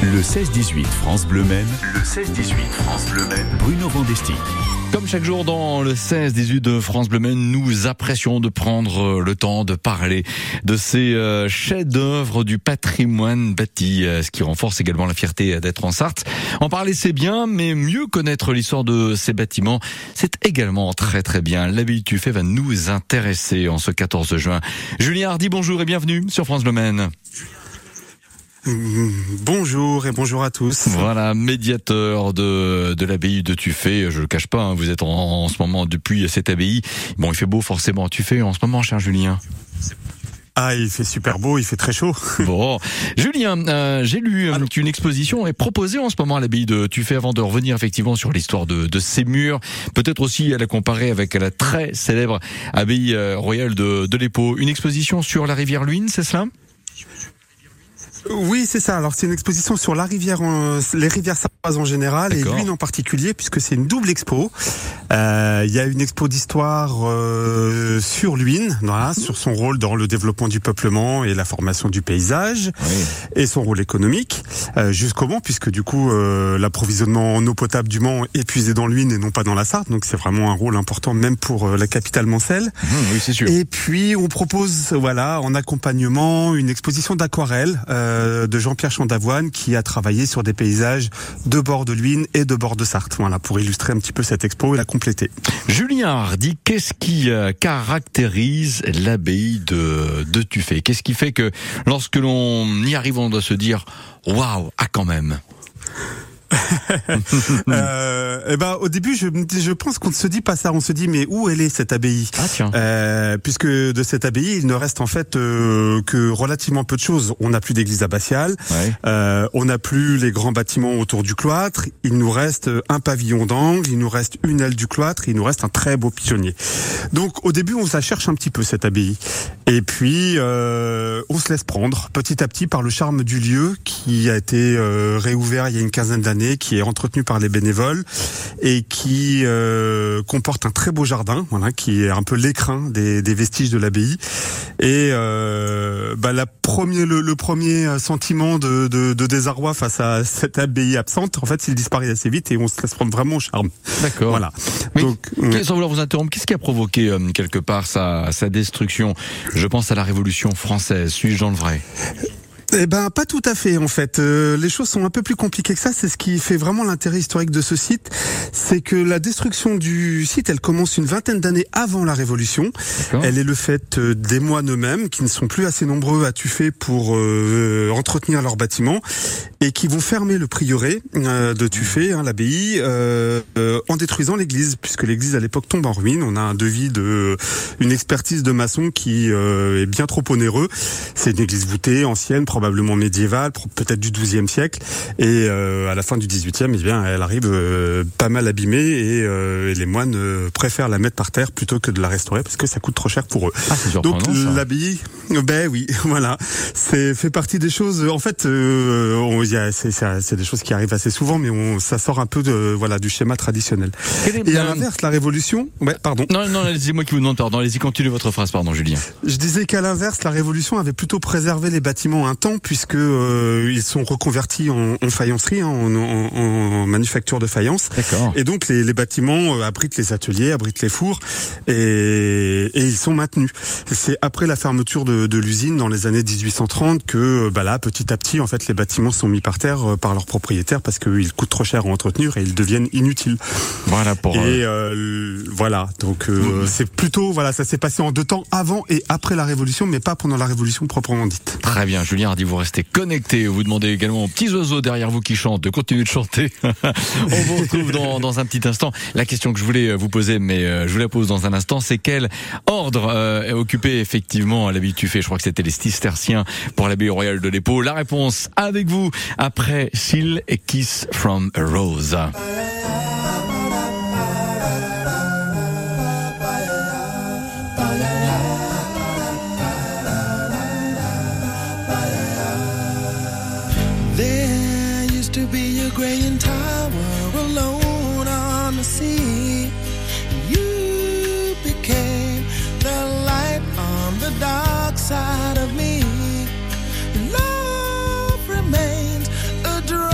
Le 16-18 France Bleu Maine. Le 16-18 France Bleu Maine. Bruno Vandesti. Comme chaque jour dans le 16-18 de France Bleu Maine, nous apprécions de prendre le temps de parler de ces chefs-d'œuvre du patrimoine bâti, ce qui renforce également la fierté d'être en Sarthe. En parler c'est bien, mais mieux connaître l'histoire de ces bâtiments, c'est également très très bien. L'abbaye de Tuffet va nous intéresser en ce 14 juin. Julien Hardy, bonjour et bienvenue sur France Bleu Maine. Bonjour et bonjour à tous. Voilà, médiateur de l'abbaye de Tuffet. Je le cache pas, vous êtes en ce moment depuis cette abbaye. Bon, il fait beau forcément à Tuffet en ce moment, cher Julien. Ah, il fait super beau, il fait très chaud. Bon, Julien, j'ai lu qu'une exposition est proposée en ce moment à l'abbaye de Tuffet avant de revenir effectivement sur l'histoire de ces murs. Peut-être aussi à la comparer avec la très célèbre abbaye royale de l'Épau. Une exposition sur la rivière Luynes, c'est cela ? Oui, c'est ça. Alors, c'est une exposition sur la rivière, les rivières sartoises en général. D'accord. Et Luynes en particulier, puisque c'est une double expo. Il y a une expo d'histoire sur Luynes, voilà, sur son rôle dans le développement du peuplement et la formation du paysage, oui, et son rôle économique jusqu'au Mans, puisque du coup l'approvisionnement en eau potable du Mans est puisé dans Luynes et non pas dans la Sarthe. Donc c'est vraiment un rôle important, même pour la capitale mancelle. Oui, c'est sûr. Et puis on propose, voilà, en accompagnement, une exposition d'aquarelle de Jean-Pierre Chandavoine, qui a travaillé sur des paysages de bord de Luynes et de bord de Sarthe. Voilà, pour illustrer un petit peu cette expo et la compléter. Julien Hardy, qu'est-ce qui caractérise l'abbaye de Tuffet ? Qu'est-ce qui fait que lorsque l'on y arrive, on doit se dire waouh, ah quand même. Au début, je pense qu'on ne se dit pas ça. On se dit, mais où elle est cette abbaye ? Ah tiens. Puisque de cette abbaye, il ne reste en fait que relativement peu de choses. On n'a plus d'église abbatiale, ouais. On n'a plus les grands bâtiments autour du cloître. Il nous reste un pavillon d'angle, il nous reste une aile du cloître, il nous reste un très beau pigeonnier. Donc au début, on se la cherche un petit peu cette abbaye. Et puis on se laisse prendre petit à petit par le charme du lieu qui a été réouvert il y a une quinzaine d'années, qui est entretenu par les bénévoles et qui comporte un très beau jardin, voilà, qui est un peu l'écrin des vestiges de l'abbaye. Et le premier sentiment de désarroi face à cette abbaye absente, en fait, il disparaît assez vite et on se laisse prendre vraiment au charme. D'accord. Voilà. Mais, sans vouloir vous interrompre, qu'est-ce qui a provoqué quelque part sa destruction ? Je pense à la Révolution française. Suis-je dans le vrai ? Eh ben, pas tout à fait, en fait. Les choses sont un peu plus compliquées que ça. C'est ce qui fait vraiment l'intérêt historique de ce site. C'est que la destruction du site, elle commence une vingtaine d'années avant la Révolution. D'accord. Elle est le fait des moines eux-mêmes, qui ne sont plus assez nombreux à Tuffet pour entretenir leurs bâtiments, et qui vont fermer le prieuré de Tuffet, l'abbaye, en détruisant l'église, puisque l'église à l'époque tombe en ruine. On a un devis une expertise de maçon qui est bien trop onéreux. C'est une église voûtée, ancienne, probablement médiévale, peut-être du XIIe siècle, et à la fin du XVIIIe, elle arrive pas mal abîmée, et les moines préfèrent la mettre par terre plutôt que de la restaurer parce que ça coûte trop cher pour eux. Ah, c'est surprenant. Donc l'abbaye, oui, voilà, c'est fait partie des choses. En fait, c'est des choses qui arrivent assez souvent, mais ça sort un peu du schéma traditionnel. Et à l'inverse, la Révolution, pardon. Non, c'est moi qui vous demande pardon. Allez-y, continuez votre phrase, pardon, Julien. Je disais qu'à l'inverse, la Révolution avait plutôt préservé les bâtiments un temps, puisque ils sont reconvertis en faïencerie, en manufacture de faïence. D'accord. Et donc les bâtiments abritent les ateliers, abritent les fours, et ils sont maintenus. C'est après la fermeture de l'usine dans les années 1830 que petit à petit, en fait, les bâtiments sont mis par terre par leurs propriétaires parce qu'ils coûtent trop cher à entretenir et ils deviennent inutiles. Voilà pour. Et donc c'est plutôt ça s'est passé en deux temps, avant et après la Révolution, mais pas pendant la Révolution proprement dite. Très bien, Julien Hardy, vous restez connecté. Vous demandez également aux petits oiseaux derrière vous qui chantent de continuer de chanter. On vous retrouve dans un petit instant. La question que je voulais vous poser, mais je vous la pose dans un instant, c'est quel ordre est occupé effectivement à l'abbaye de Tuffet ? Je crois que c'était les cisterciens pour l'abbaye royale de l'Épau. La réponse avec vous après Seal et Kiss from a Rose. To be a graying tower alone on the sea, you became the light on the dark side of me. Love remains a dream.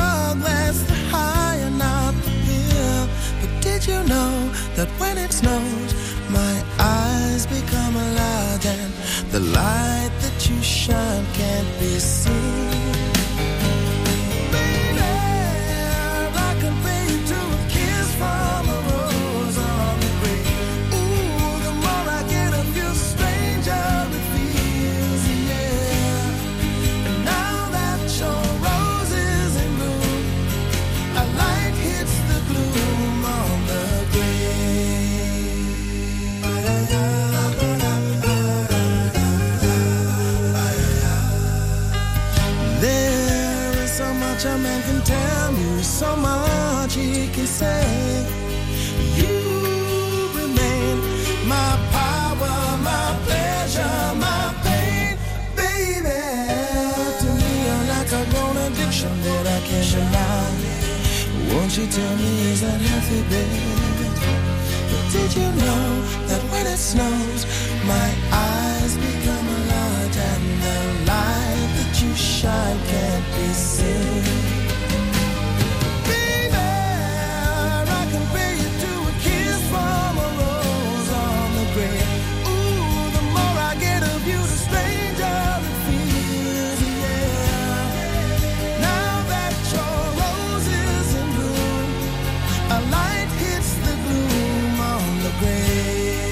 much a man can tell you, so much he can say. You remain my power, my pleasure, my pain, baby. To me, you're like a grown addiction that I can't deny. Won't you tell me, is that healthy, baby? But did you know that when it snows, my eyes become large and the light that you shine can't be seen? Baby, I compare you to a kiss from a rose on the grave. Ooh, the more I get of you, the stranger it feels, yeah. Now that your rose is in bloom, a light hits the gloom on the grave.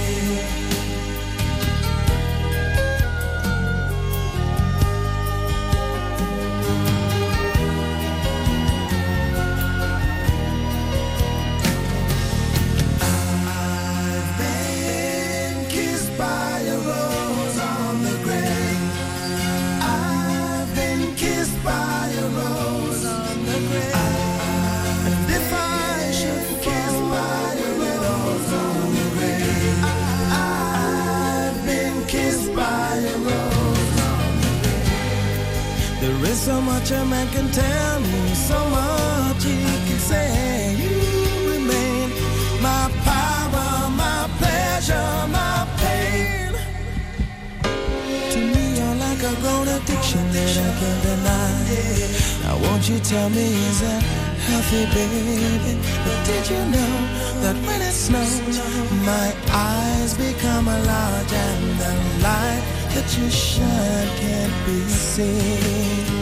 So much a man can tell me, so much he can say. You remain my power, my pleasure, my pain. To me, you're like a grown addiction that I can't deny. Now won't you tell me, is that healthy, baby? But did you know that when it snows, my eyes become large and the light that you shine can't be seen?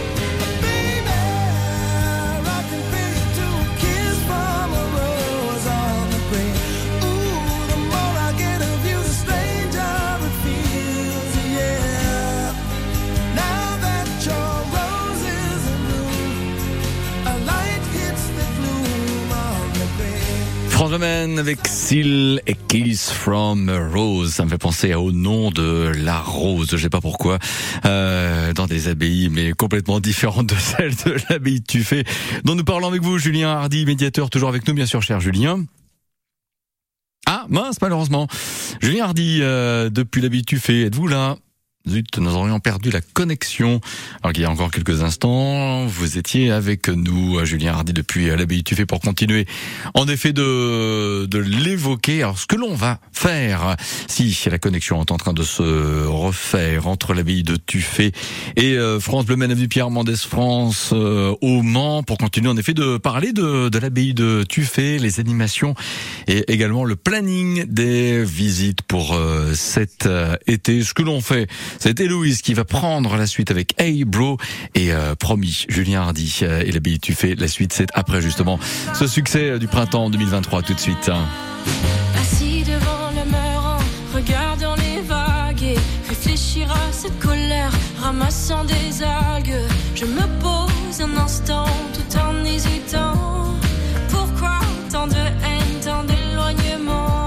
France Bleu Men avec Seal et Kiss from a Rose. Ça me fait penser au nom de la rose, je sais pas pourquoi, dans des abbayes, mais complètement différentes de celles de l'abbaye de Tuffet, dont nous parlons avec vous, Julien Hardy, médiateur, toujours avec nous, bien sûr, cher Julien. Ah, mince, malheureusement. Julien Hardy, depuis l'abbaye de Tuffet, êtes-vous là? Zut, nous aurions perdu la connexion. Alors qu'il y a encore quelques instants, vous étiez avec nous, Julien Hardy, depuis l'abbaye de Tuffet, pour continuer, en effet, de l'évoquer. Alors, ce que l'on va faire, si la connexion est en train de se refaire entre l'abbaye de Tuffet et France Bleu Men avenue Pierre Mendès France au Mans, pour continuer, en effet, de parler de l'abbaye de Tuffet, les animations et également le planning des visites pour cet été. Ce que l'on fait, c'est Héloïse qui va prendre la suite avec Hey Bro et promis, Julien Hardy et l'abbaye de Tuffet. La suite, c'est après justement ce succès du printemps 2023. Tout de suite. Assis devant le mur, regardant les vagues et réfléchir à cette colère, ramassant des algues. Je me pose un instant tout en hésitant. Pourquoi tant de haine, tant d'éloignement?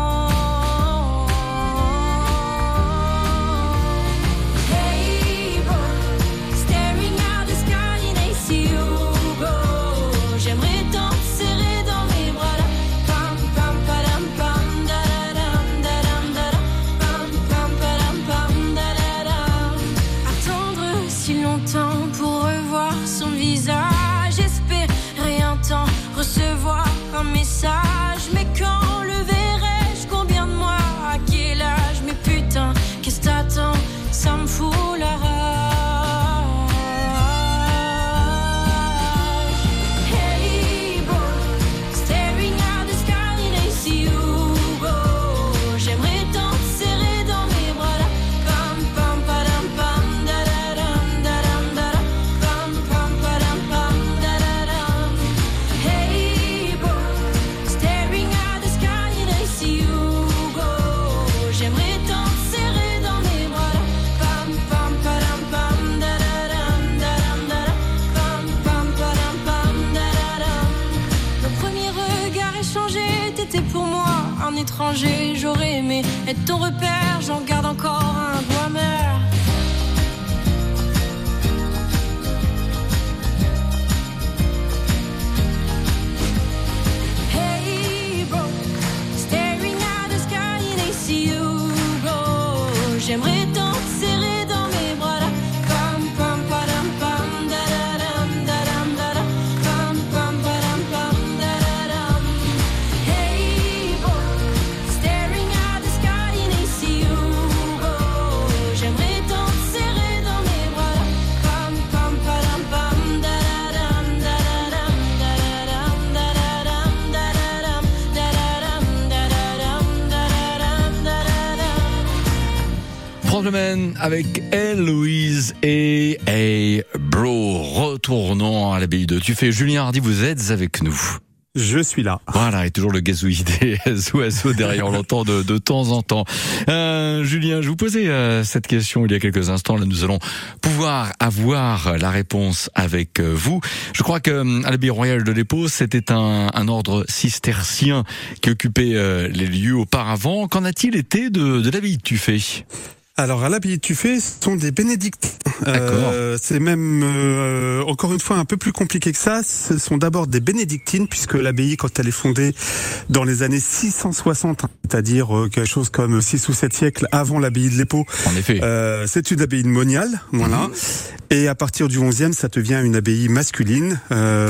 Recevoir un message, mais quand le verrai-je? Combien de mois? À quel âge? Mais putain, qu'est-ce t'attends? Ça me fout la rage. Hey bro, staring at the sky and I see you go. J'aimerais tant te serrer dans mes bras là. Pam pam padam pam da da dam da dam da da. Pam pam padam pam da da dam. Hey bro, staring at the sky and I see you go. J'aimerais tant te serrer dans mes bras là. Pam pam padam pam da da dam da dam da da. Pam pam padam pam da da dam. Nos premiers regards échangés, t'étais pour moi un étranger. J'aurais aimé être ton repère, j'en garde encore un goût amer. France Bleu Maine avec Héloïse et Bro. Retournons à l'abbaye de Tuffet. Julien Hardy, vous êtes avec nous. Je suis là. Voilà, et toujours le gazouillis des SOSO derrière, on l'entend de temps en temps. Julien, je vous posais cette question il y a quelques instants. Là, nous allons pouvoir avoir la réponse avec vous. Je crois que à l'abbaye royale de l'Épau, c'était un ordre cistercien qui occupait les lieux auparavant. Qu'en a-t-il été de l'abbaye de Tuffet ? Alors, à l'abbaye de Tuffet, ce sont des bénédictins. C'est même, encore une fois, un peu plus compliqué que ça. Ce sont d'abord des bénédictines, puisque l'abbaye, quand elle est fondée dans les années 660, c'est-à-dire quelque chose comme 6 ou 7 siècles avant l'abbaye de l'Épau. En effet. C'est une abbaye moniale, voilà. Et à partir du 11e, ça devient une abbaye masculine,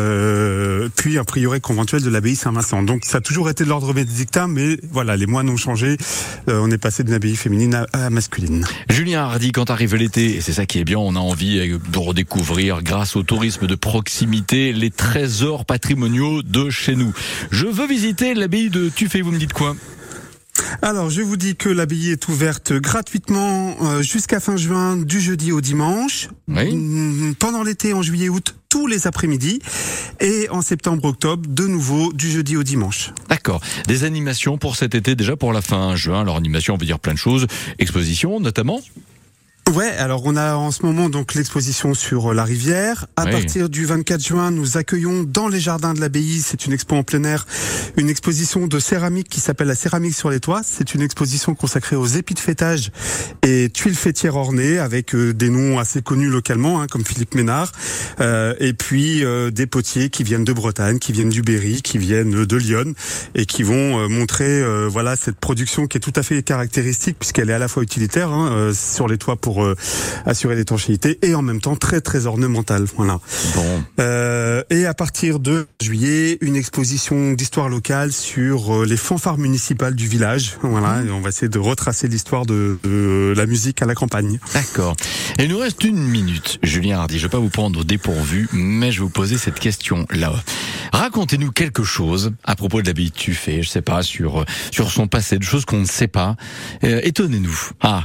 puis un prieuré conventuel de l'abbaye Saint-Vincent. Donc, ça a toujours été de l'ordre bénédictin, mais voilà, les moines ont changé. On est passé d'une abbaye féminine à masculine. Julien Hardy, quand arrive l'été, et c'est ça qui est bien, on a envie de redécouvrir, grâce au tourisme de proximité, les trésors patrimoniaux de chez nous. Je veux visiter l'abbaye de Tuffet, vous me dites quoi ? Alors, je vous dis que l'abbaye est ouverte gratuitement jusqu'à fin juin, du jeudi au dimanche. Oui. Pendant l'été, en juillet-août, tous les après-midi. Et en septembre-octobre, de nouveau, du jeudi au dimanche. D'accord. Des animations pour cet été, déjà pour la fin juin. Alors, animation, on veut dire plein de choses. Exposition, notamment ? Ouais, alors on a en ce moment donc l'exposition sur la rivière. À partir du 24 juin, nous accueillons dans les jardins de l'abbaye, c'est une expo en plein air, une exposition de céramique qui s'appelle la céramique sur les toits. C'est une exposition consacrée aux épis de fêtage et tuiles fêtières ornées avec des noms assez connus localement, comme Philippe Ménard, et puis des potiers qui viennent de Bretagne, qui viennent du Berry, qui viennent de Lyon et qui vont montrer voilà cette production qui est tout à fait caractéristique puisqu'elle est à la fois utilitaire sur les toits pour assurer l'étanchéité et en même temps très très ornementale. Voilà. Bon. Et à partir de juillet, une exposition d'histoire locale sur les fanfares municipales du village. Voilà. Et on va essayer de retracer l'histoire de la musique à la campagne. D'accord. Et il nous reste 1 minute, Julien Hardy. Je vais pas vous prendre au dépourvu, mais je vais vous poser cette question-là. Racontez-nous quelque chose à propos de l'abbaye de Tuffet. Je sais pas, sur son passé, de choses qu'on ne sait pas. Étonnez-nous.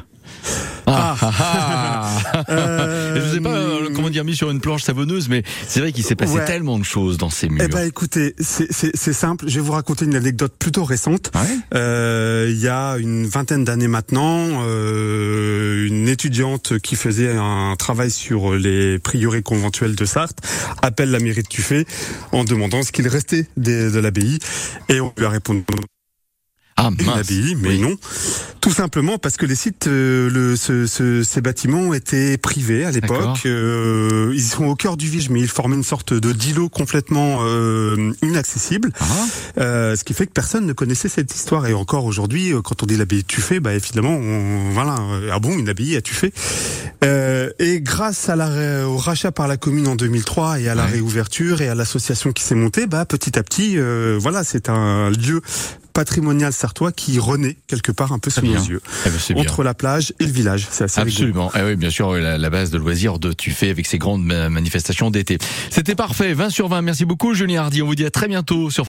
Je sais pas comment dire mis sur une planche savonneuse, mais c'est vrai qu'il s'est passé tellement de choses dans ces murs. Eh ben écoutez, c'est simple. Je vais vous raconter une anecdote plutôt récente. Il y a une vingtaine d'années maintenant, une étudiante qui faisait un travail sur les prieurés conventuels de Sarthe appelle la mairie de Tuffet en demandant ce qu'il restait de l'abbaye, et on lui a répondu. Une abbaye, mais non. Tout simplement parce que les sites, ces bâtiments étaient privés à l'époque. Ils sont au cœur du village, mais ils forment une sorte de d'îlot complètement inaccessible. Ce qui fait que personne ne connaissait cette histoire. Et encore aujourd'hui, quand on dit l'abbaye de Tuffet, évidemment, une abbaye à Tuffet. Et grâce au rachat par la commune en 2003 et à la réouverture et à l'association qui s'est montée, petit à petit, c'est un lieu patrimonial sartois qui renaît quelque part un peu sous nos yeux. Entre la plage et le village. C'est assez absolument. Oui, bien sûr, la base de loisirs de Tuffet avec ses grandes manifestations d'été. C'était parfait. 20 sur 20. Merci beaucoup, Julien Hardy. On vous dit à très bientôt sur